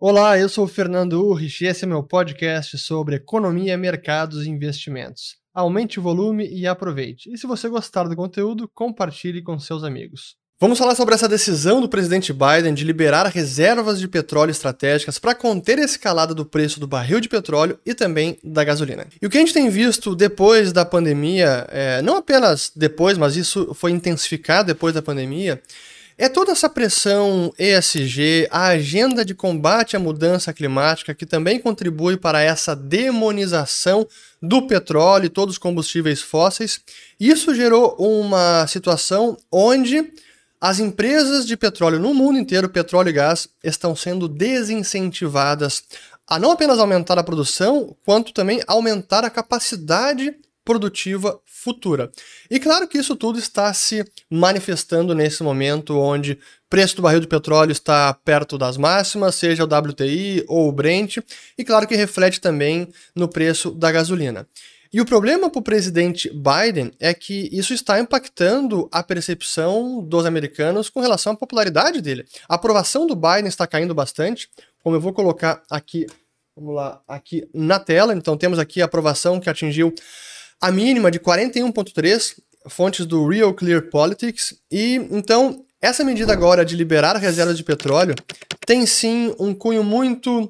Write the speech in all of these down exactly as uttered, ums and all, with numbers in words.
Olá, eu sou o Fernando Urrich e esse é meu podcast sobre economia, mercados e investimentos. Aumente o volume e aproveite. E se você gostar do conteúdo, compartilhe com seus amigos. Vamos falar sobre essa decisão do presidente Biden de liberar reservas de petróleo estratégicas para conter a escalada do preço do barril de petróleo e também da gasolina. E o que a gente tem visto depois da pandemia, é, não apenas depois, mas isso foi intensificado depois da pandemia, é toda essa pressão E S G, a agenda de combate à mudança climática, que também contribui para essa demonização do petróleo e todos os combustíveis fósseis. Isso gerou uma situação onde as empresas de petróleo no mundo inteiro, petróleo e gás, estão sendo desincentivadas a não apenas aumentar a produção, quanto também aumentar a capacidade produtiva futura. E claro que isso tudo está se manifestando nesse momento onde o preço do barril de petróleo está perto das máximas, seja o W T I ou o Brent, e claro que reflete também no preço da gasolina. E o problema para o presidente Biden é que isso está impactando a percepção dos americanos com relação à popularidade dele. A aprovação do Biden está caindo bastante, como eu vou colocar aqui, vamos lá, aqui na tela. Então temos aqui a aprovação que atingiu a mínima de quarenta e um vírgula três, fontes do Real Clear Politics, e então essa medida agora de liberar reservas de petróleo tem sim um cunho muito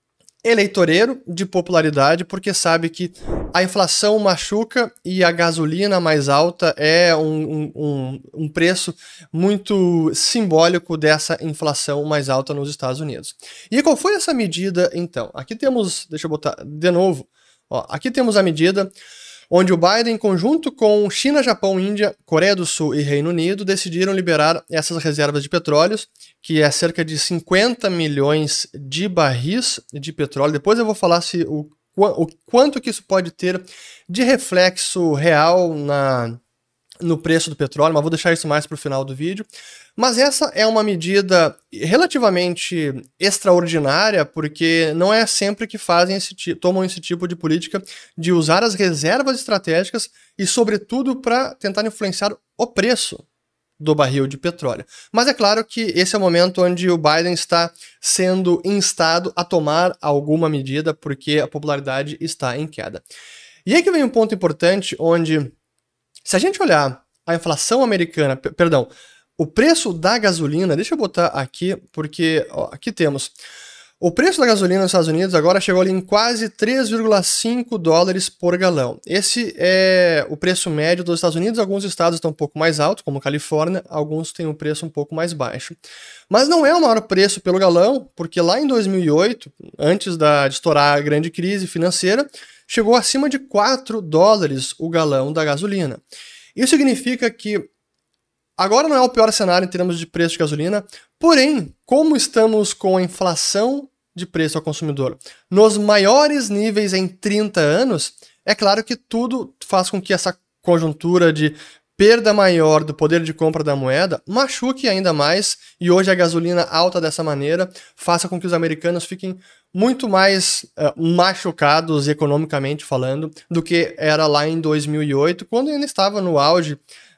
eleitoreiro de popularidade, porque sabe que a inflação machuca e a gasolina mais alta é um, um, um preço muito simbólico dessa inflação mais alta nos Estados Unidos. E qual foi essa medida então? Aqui temos, deixa eu botar de novo, ó, aqui temos a medida onde o Biden, em conjunto com China, Japão, Índia, Coreia do Sul e Reino Unido, decidiram liberar essas reservas de petróleos, que é cerca de cinquenta milhões de barris de petróleo. Depois eu vou falar se o, o quanto que isso pode ter de reflexo real na, no preço do petróleo, mas vou deixar isso mais para o final do vídeo. Mas essa é uma medida relativamente extraordinária, porque não é sempre que fazem esse, tomam esse tipo de política de usar as reservas estratégicas e, sobretudo, para tentar influenciar o preço do barril de petróleo. Mas é claro que esse é o momento onde o Biden está sendo instado a tomar alguma medida, porque a popularidade está em queda. E aí que vem um ponto importante, onde, se a gente olhar a inflação americana, perdão, o preço da gasolina, deixa eu botar aqui, porque ó, aqui temos o preço da gasolina nos Estados Unidos agora chegou ali em quase três vírgula cinco dólares por galão. Esse é o preço médio dos Estados Unidos. Alguns estados estão um pouco mais altos, como Califórnia, alguns têm um preço um pouco mais baixo. Mas não é o maior preço pelo galão, porque lá em dois mil e oito, antes da, de estourar a grande crise financeira, chegou acima de quatro dólares o galão da gasolina. Isso significa que agora não é o pior cenário em termos de preço de gasolina, porém, como estamos com a inflação de preço ao consumidor nos maiores níveis em trinta anos, é claro que tudo faz com que essa conjuntura de perda maior do poder de compra da moeda machuque ainda mais, e hoje a gasolina alta dessa maneira faça com que os americanos fiquem muito mais uh, machucados economicamente falando do que era lá em dois mil e oito, quando ainda estava no auge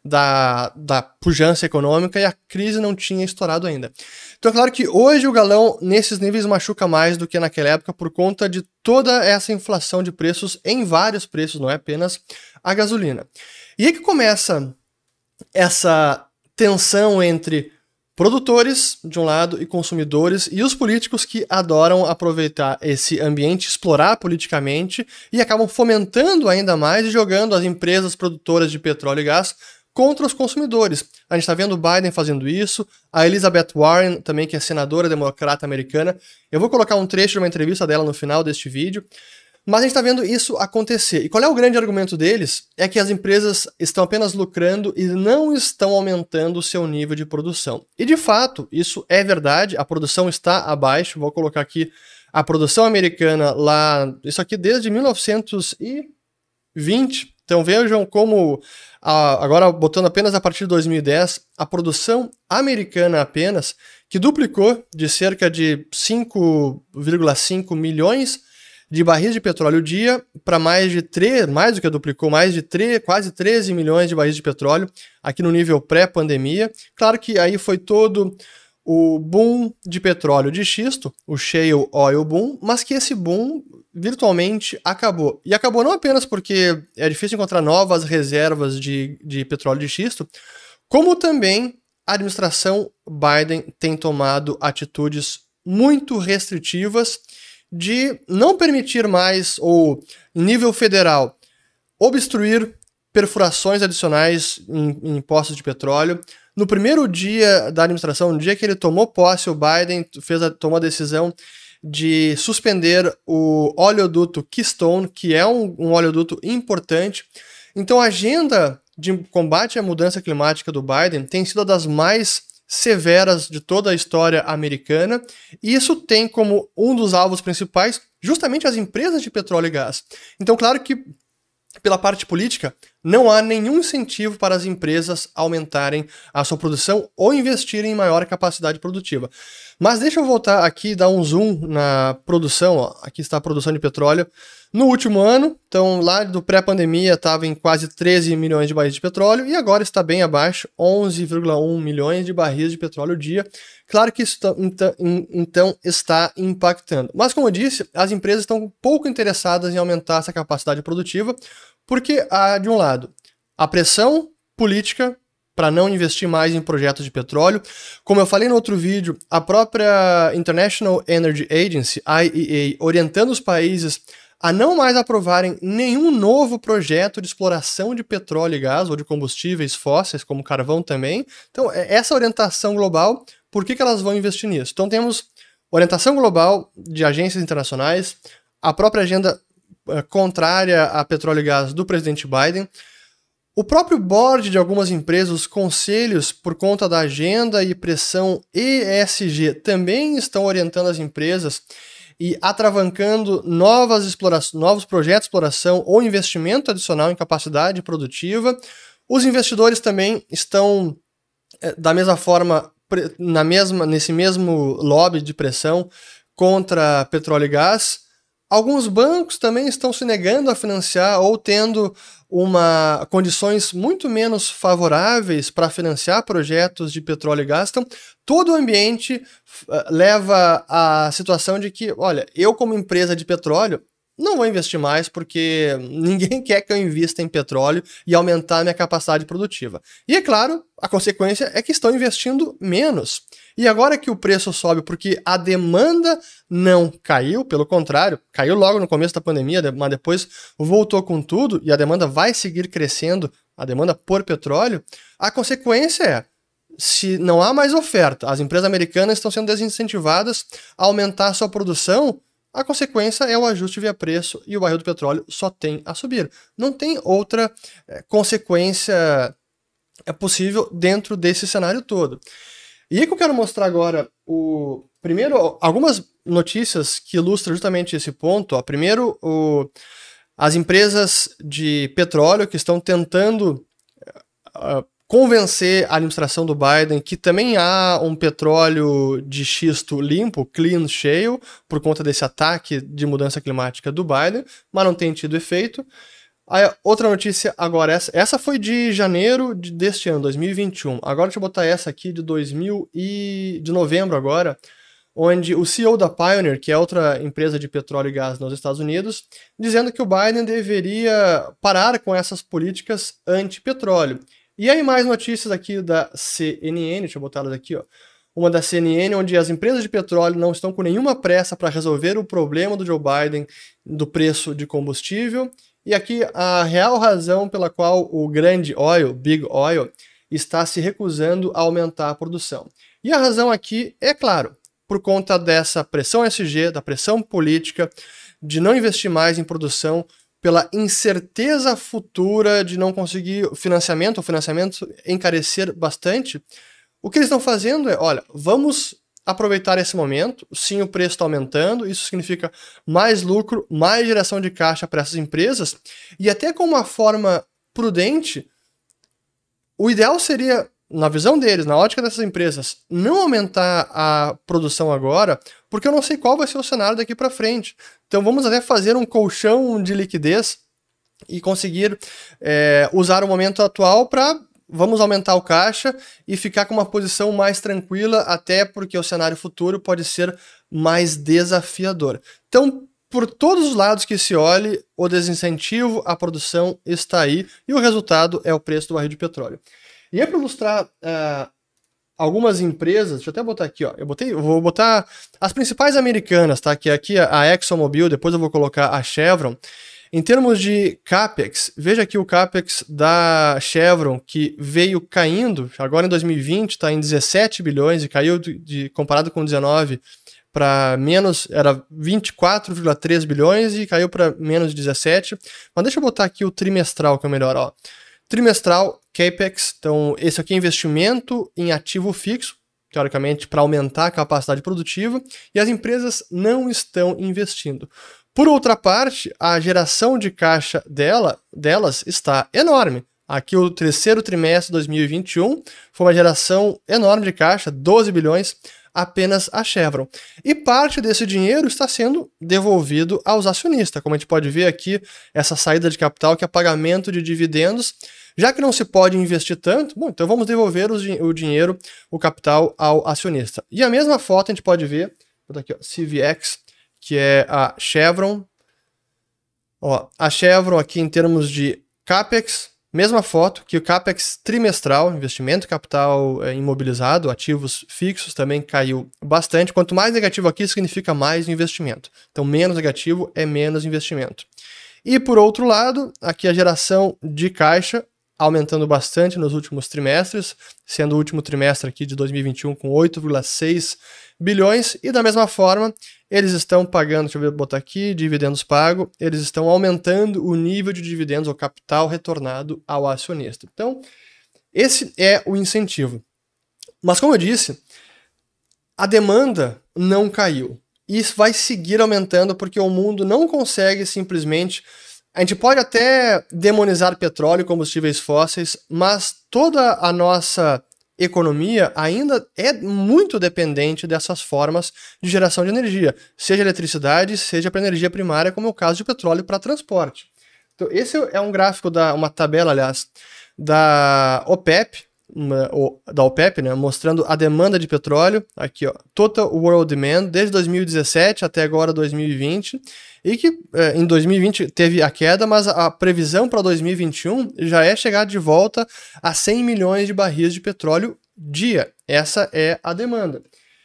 Da, da pujança econômica e a crise não tinha estourado ainda. Então é claro que hoje o galão nesses níveis machuca mais do que naquela época por conta de toda essa inflação de preços em vários preços, não é apenas a gasolina. E aí que começa essa tensão entre produtores, de um lado, e consumidores, e os políticos que adoram aproveitar esse ambiente, explorar politicamente, e acabam fomentando ainda mais e jogando as empresas produtoras de petróleo e gás contra os consumidores. A gente está vendo o Biden fazendo isso, a Elizabeth Warren, também, que é senadora democrata americana. Eu vou colocar um trecho de uma entrevista dela no final deste vídeo. Mas a gente está vendo isso acontecer. E qual é o grande argumento deles? É que as empresas estão apenas lucrando e não estão aumentando o seu nível de produção. E de fato, isso é verdade, a produção está abaixo. Vou colocar aqui a produção americana lá, isso aqui desde mil novecentos e vinte. Então vejam como, agora botando apenas a partir de dois mil e dez, a produção americana apenas, que duplicou de cerca de cinco vírgula cinco milhões de barris de petróleo dia para mais de três, mais do que duplicou, mais de três, quase treze milhões de barris de petróleo aqui no nível pré-pandemia. Claro que aí foi todo o boom de petróleo de xisto, o shale oil boom, mas que esse boom virtualmente acabou. E acabou não apenas porque é difícil encontrar novas reservas de, de petróleo de xisto, como também a administração Biden tem tomado atitudes muito restritivas de não permitir mais, ou em nível federal, obstruir perfurações adicionais em, em poços de petróleo. No primeiro dia da administração, no dia que ele tomou posse, o Biden fez a, tomou a decisão de suspender o oleoduto Keystone, que é um, um oleoduto importante. Então a agenda de combate à mudança climática do Biden tem sido uma das mais severas de toda a história americana, e isso tem como um dos alvos principais justamente as empresas de petróleo e gás. Então, claro que pela parte política, não há nenhum incentivo para as empresas aumentarem a sua produção ou investirem em maior capacidade produtiva. Mas deixa eu voltar aqui e dar um zoom na produção. Ó. Aqui está a produção de petróleo. No último ano, então lá do pré-pandemia estava em quase treze milhões de barris de petróleo e agora está bem abaixo, onze vírgula um milhões de barris de petróleo dia. Claro que isso então está impactando. Mas como eu disse, as empresas estão pouco interessadas em aumentar essa capacidade produtiva porque há, de um lado, a pressão política para não investir mais em projetos de petróleo. Como eu falei no outro vídeo, a própria International Energy Agency, I E A, orientando os países a não mais aprovarem nenhum novo projeto de exploração de petróleo e gás, ou de combustíveis fósseis, como carvão também. Então, essa orientação global, por que que elas vão investir nisso? Então, temos orientação global de agências internacionais, a própria agenda uh, contrária a petróleo e gás do presidente Biden, o próprio board de algumas empresas, os conselhos, por conta da agenda e pressão E S G, também estão orientando as empresas e atravancando novas explorações, novos projetos de exploração ou investimento adicional em capacidade produtiva. Os investidores também estão, da mesma forma, na mesma, nesse mesmo lobby de pressão contra petróleo e gás. Alguns bancos também estão se negando a financiar ou tendo uma, condições muito menos favoráveis para financiar projetos de petróleo e gás. Então, todo o ambiente uh, leva à situação de que, olha, eu como empresa de petróleo não vou investir mais porque ninguém quer que eu invista em petróleo e aumentar a minha capacidade produtiva. E é claro, a consequência é que estão investindo menos. E agora que o preço sobe porque a demanda não caiu, pelo contrário, caiu logo no começo da pandemia, mas depois voltou com tudo e a demanda vai seguir crescendo, a demanda por petróleo, a consequência é, se não há mais oferta, as empresas americanas estão sendo desincentivadas a aumentar a sua produção, a consequência é o ajuste via preço e o barril do petróleo só tem a subir. Não tem outra é, consequência é possível dentro desse cenário todo. E aí que eu quero mostrar agora, o primeiro, algumas notícias que ilustram justamente esse ponto. Ó. Primeiro, o, as empresas de petróleo que estão tentando uh, convencer a administração do Biden que também há um petróleo de xisto limpo, clean shale, por conta desse ataque de mudança climática do Biden, mas não tem tido efeito. Aí, outra notícia agora, essa, essa foi de janeiro de, deste ano, dois mil e vinte e um. Agora deixa eu botar essa aqui de dois mil e de novembro agora, onde o C E O da Pioneer, que é outra empresa de petróleo e gás nos Estados Unidos, dizendo que o Biden deveria parar com essas políticas anti-petróleo. E aí mais notícias aqui da C N N, deixa eu botar elas aqui, ó. Uma da C N N, onde as empresas de petróleo não estão com nenhuma pressa para resolver o problema do Joe Biden do preço de combustível. E aqui a real razão pela qual o grande oil, Big Oil, está se recusando a aumentar a produção. E a razão aqui é, claro, por conta dessa pressão E S G, da pressão política, de não investir mais em produção, pela incerteza futura de não conseguir financiamento, o financiamento encarecer bastante. O que eles estão fazendo é, olha, vamos aproveitar esse momento, sim, o preço está aumentando, isso significa mais lucro, mais geração de caixa para essas empresas, e até com uma forma prudente, o ideal seria, na visão deles, na ótica dessas empresas, não aumentar a produção agora, porque eu não sei qual vai ser o cenário daqui para frente. Então vamos até fazer um colchão de liquidez e conseguir é, usar o momento atual para vamos aumentar o caixa e ficar com uma posição mais tranquila, até porque o cenário futuro pode ser mais desafiador. Então, por todos os lados que se olhe, o desincentivo à produção está aí e o resultado é o preço do barril de petróleo. E é para ilustrar uh, algumas empresas, deixa eu até botar aqui, ó, eu botei, eu vou botar as principais americanas, tá? Que aqui a ExxonMobil, depois eu vou colocar a Chevron. Em termos de CAPEX, veja aqui o CAPEX da Chevron, que veio caindo, agora em dois mil e vinte está em dezessete bilhões e caiu de, de comparado com dezenove para menos, era vinte e quatro vírgula três bilhões e caiu para menos de dezessete. Mas deixa eu botar aqui o trimestral, que é melhor, ó. Trimestral, CAPEX, então esse aqui é investimento em ativo fixo, teoricamente para aumentar a capacidade produtiva, e as empresas não estão investindo. Por outra parte, a geração de caixa dela, delas está enorme. Aqui o terceiro trimestre de dois mil e vinte e um foi uma geração enorme de caixa, doze bilhões, apenas a Chevron. E parte desse dinheiro está sendo devolvido aos acionistas. Como a gente pode ver aqui, essa saída de capital, que é pagamento de dividendos. Já que não se pode investir tanto, bom, então vamos devolver o, o dinheiro, o capital ao acionista. E a mesma foto a gente pode ver, vou botar aqui, ó, C V X, que é a Chevron. Ó, a Chevron aqui em termos de CAPEX, mesma foto que o CAPEX trimestral, investimento capital é, imobilizado, ativos fixos, também caiu bastante. Quanto mais negativo aqui, significa mais investimento. Então, menos negativo é menos investimento. E por outro lado, aqui a geração de caixa aumentando bastante nos últimos trimestres, sendo o último trimestre aqui de dois mil e vinte e um com oito vírgula seis bilhões, e da mesma forma, eles estão pagando, deixa eu botar aqui, dividendos pagos, eles estão aumentando o nível de dividendos, o capital retornado ao acionista. Então, esse é o incentivo. Mas como eu disse, a demanda não caiu. E isso vai seguir aumentando porque o mundo não consegue simplesmente... A gente pode até demonizar petróleo e combustíveis fósseis, mas toda a nossa economia ainda é muito dependente dessas formas de geração de energia, seja eletricidade, seja para energia primária, como é o caso de petróleo para transporte. Então, esse é um gráfico, da, uma tabela, aliás, da OPEP, uma, da OPEP, né, mostrando a demanda de petróleo, aqui, ó, Total World Demand, desde dois mil e dezessete até agora dois mil e vinte, e que eh, em dois mil e vinte teve a queda, mas a previsão para dois mil e vinte e um já é chegar de volta a cem milhões de barris de petróleo dia. Essa é a demanda.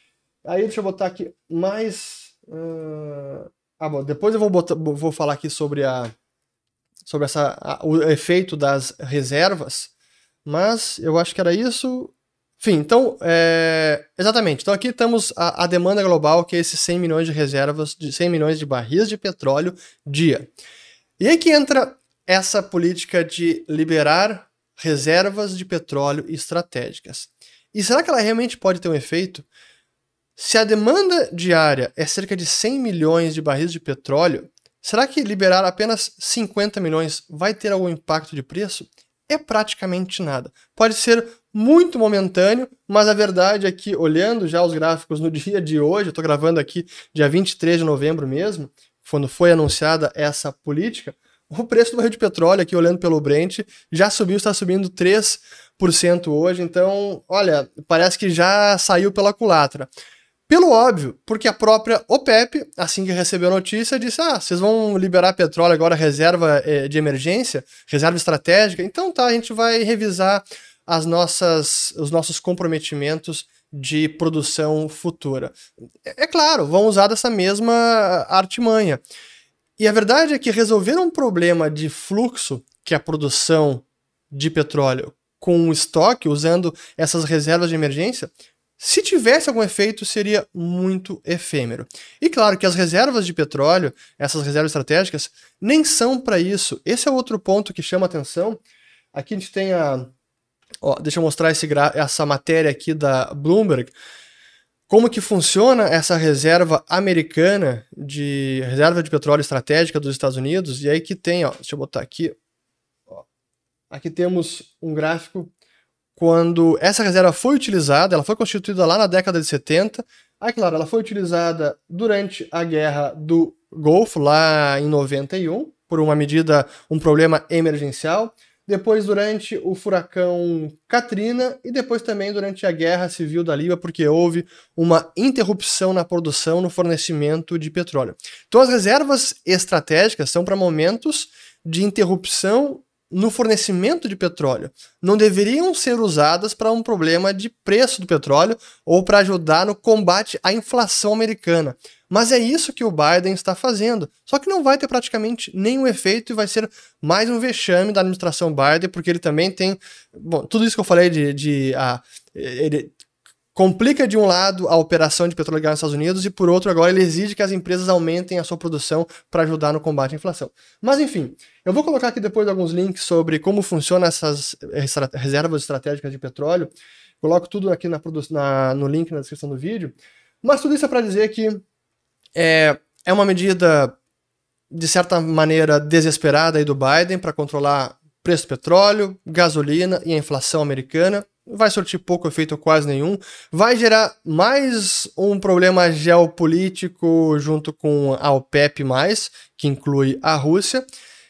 Aí deixa eu botar aqui mais... Uh... Ah, bom, depois eu vou, botar, vou falar aqui sobre, a, sobre essa, a, o efeito das reservas, mas eu acho que era isso... Enfim, então, é... exatamente. Então aqui temos a, a demanda global, que é esses cem milhões de reservas, de cem milhões de barris de petróleo dia. E aí que entra essa política de liberar reservas de petróleo estratégicas. E será que ela realmente pode ter um efeito? Se a demanda diária é cerca de cem milhões de barris de petróleo, será que liberar apenas cinquenta milhões vai ter algum impacto de preço? É praticamente nada. Pode ser muito momentâneo, mas a verdade é que, olhando já os gráficos no dia de hoje, eu estou gravando aqui dia vinte e três de novembro mesmo, quando foi anunciada essa política, o preço do barril de petróleo, aqui olhando pelo Brent, já subiu, está subindo três por cento hoje, então, olha, parece que já saiu pela culatra. Pelo óbvio, porque a própria OPEP, assim que recebeu a notícia, disse, ah, vocês vão liberar petróleo agora, reserva eh, de emergência, reserva estratégica, então tá, a gente vai revisar as nossas, os nossos comprometimentos de produção futura. É, é claro, vão usar dessa mesma artimanha. E a verdade é que resolver um problema de fluxo, que é a produção de petróleo, com o estoque, usando essas reservas de emergência, se tivesse algum efeito, seria muito efêmero. E claro que as reservas de petróleo, essas reservas estratégicas, nem são para isso. Esse é outro ponto que chama atenção. Aqui a gente tem a... Ó, deixa eu mostrar esse gra... essa matéria aqui da Bloomberg. Como que funciona essa reserva americana, de reserva de petróleo estratégica dos Estados Unidos. E aí que tem, ó, deixa eu botar aqui. Ó, aqui temos um gráfico quando essa reserva foi utilizada, ela foi constituída lá na década de setenta, aí claro, ela foi utilizada durante a Guerra do Golfo, lá em noventa e um, por uma medida, um problema emergencial. depois durante o furacão Katrina e depois também durante a Guerra Civil da Líbia, porque houve uma interrupção na produção, no fornecimento de petróleo. Então as reservas estratégicas são para momentos de interrupção no fornecimento de petróleo. Não deveriam ser usadas para um problema de preço do petróleo ou para ajudar no combate à inflação americana. Mas é isso que o Biden está fazendo. Só que não vai ter praticamente nenhum efeito e vai ser mais um vexame da administração Biden, porque ele também tem... Bom, tudo isso que eu falei de... de ah, ele complica de um lado a operação de petróleo e gás nos Estados Unidos e por outro agora ele exige que as empresas aumentem a sua produção para ajudar no combate à inflação. Mas enfim, eu vou colocar aqui depois alguns links sobre como funcionam essas reservas estratégicas de petróleo. Coloco tudo aqui na, na, no link na descrição do vídeo. Mas tudo isso é para dizer que é, é uma medida, de certa maneira, desesperada aí do Biden para controlar o preço do petróleo, gasolina e a inflação americana. Vai surtir pouco efeito ou quase nenhum, vai gerar mais um problema geopolítico junto com a OPEP+, que inclui a Rússia,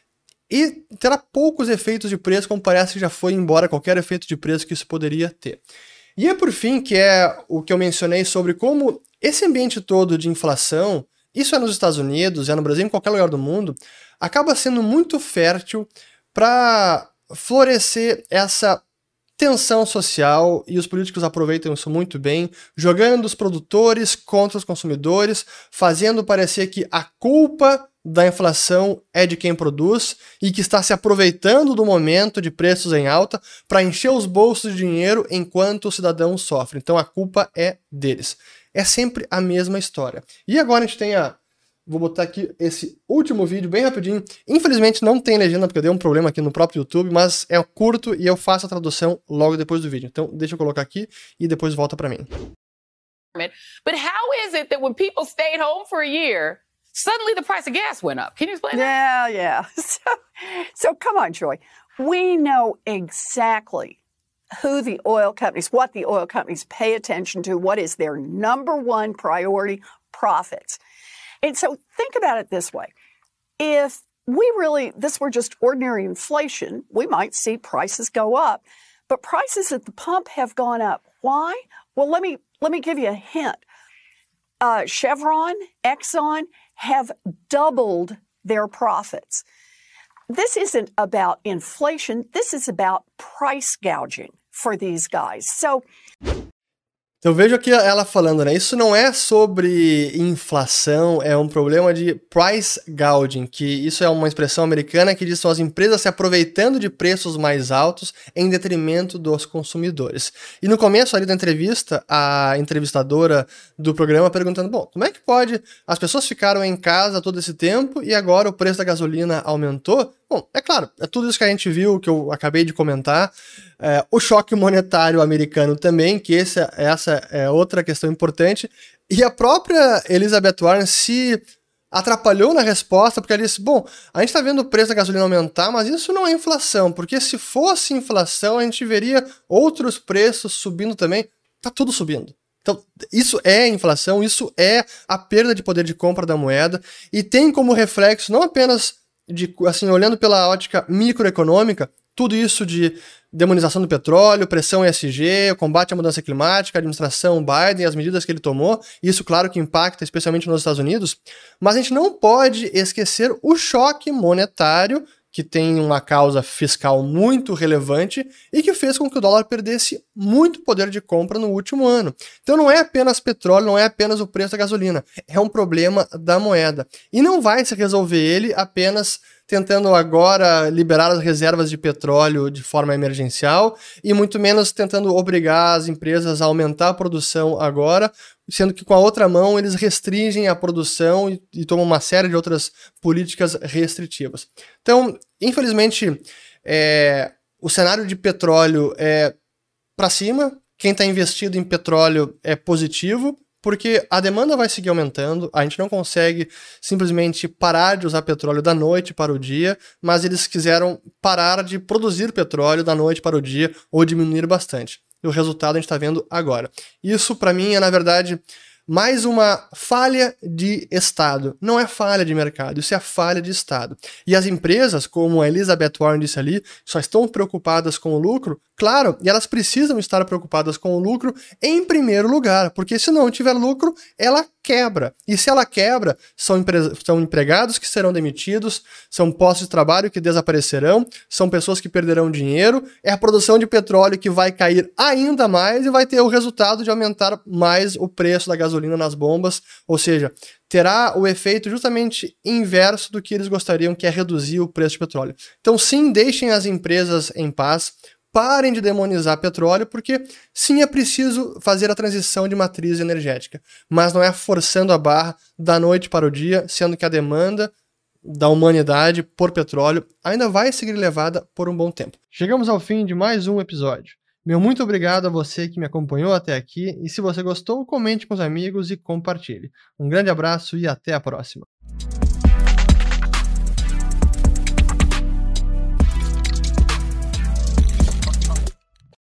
e terá poucos efeitos de preço, como parece que já foi embora qualquer efeito de preço que isso poderia ter. E é por fim que é o que eu mencionei sobre como esse ambiente todo de inflação, isso é nos Estados Unidos, é no Brasil, em qualquer lugar do mundo, acaba sendo muito fértil para florescer essa tensão social, e os políticos aproveitam isso muito bem, jogando os produtores contra os consumidores, fazendo parecer que a culpa da inflação é de quem produz e que está se aproveitando do momento de preços em alta para encher os bolsos de dinheiro enquanto o cidadão sofre. Então a culpa é deles. É sempre a mesma história. E agora a gente tem a... Vou botar aqui esse último vídeo bem rapidinho. Infelizmente não tem legenda porque deu um problema aqui no próprio YouTube, mas é curto e eu faço a tradução logo depois do vídeo. Então deixa eu colocar aqui e depois volta para mim. But how is it that when people stayed home for a year, suddenly the price of gas went up? Can you explain that? Yeah, yeah. So, so come on, Joy. We know exactly who the oil companies, what the oil companies pay attention to, what is their number one priority, profits. And so think about it this way. If we really, this were just ordinary inflation, we might see prices go up. But prices at the pump have gone up. Why? Well, let me, let me give you a hint. Uh, Chevron, Exxon have doubled their profits. This isn't about inflation. This is about price gouging for these guys. So... Eu vejo aqui ela falando, né? Isso não é sobre inflação, é um problema de price gouging, que isso é uma expressão americana que diz que são as empresas se aproveitando de preços mais altos em detrimento dos consumidores. E no começo ali da entrevista, a entrevistadora do programa perguntando, bom, como é que pode? As pessoas ficaram em casa todo esse tempo e agora o preço da gasolina aumentou? Bom, é claro, é tudo isso que a gente viu, que eu acabei de comentar. É, o choque monetário americano também, que esse, essa é outra questão importante. E a própria Elizabeth Warren se atrapalhou na resposta, porque ela disse, bom, a gente está vendo o preço da gasolina aumentar, mas isso não é inflação, porque se fosse inflação, a gente veria outros preços subindo também. Tá tudo subindo. Então, isso é inflação, isso é a perda de poder de compra da moeda, e tem como reflexo não apenas... De, assim, olhando pela ótica microeconômica, tudo isso de demonização do petróleo, pressão E S G, combate à mudança climática, administração Biden, as medidas que ele tomou, isso claro que impacta especialmente nos Estados Unidos, mas a gente não pode esquecer o choque monetário, que tem uma causa fiscal muito relevante e que fez com que o dólar perdesse muito poder de compra no último ano. Então não é apenas petróleo, não é apenas o preço da gasolina, é um problema da moeda. E não vai se resolver ele apenas tentando agora liberar as reservas de petróleo de forma emergencial e muito menos tentando obrigar as empresas a aumentar a produção agora, sendo que com a outra mão eles restringem a produção e, e tomam uma série de outras políticas restritivas. Então, infelizmente, é, o cenário de petróleo é para cima, quem está investido em petróleo é positivo, porque a demanda vai seguir aumentando, a gente não consegue simplesmente parar de usar petróleo da noite para o dia, mas eles quiseram parar de produzir petróleo da noite para o dia ou diminuir bastante. E o resultado a gente está vendo agora. Isso, para mim, é, na verdade, mais uma falha de Estado. Não é falha de mercado, isso é falha de Estado. E as empresas, como a Elizabeth Warren disse ali, só estão preocupadas com o lucro, claro, e elas precisam estar preocupadas com o lucro em primeiro lugar, porque se não tiver lucro, ela quebra. E se ela quebra, são, empre- são empregados que serão demitidos, são postos de trabalho que desaparecerão, são pessoas que perderão dinheiro, é a produção de petróleo que vai cair ainda mais e vai ter o resultado de aumentar mais o preço da gasolina nas bombas, ou seja, terá o efeito justamente inverso do que eles gostariam, que é reduzir o preço de petróleo. Então sim, deixem as empresas em paz, parem de demonizar petróleo, porque sim, é preciso fazer a transição de matriz energética, mas não é forçando a barra da noite para o dia, sendo que a demanda da humanidade por petróleo ainda vai seguir elevada por um bom tempo. Chegamos ao fim de mais um episódio. Meu muito obrigado a você que me acompanhou até aqui, e se você gostou, comente com os amigos e compartilhe. Um grande abraço e até a próxima.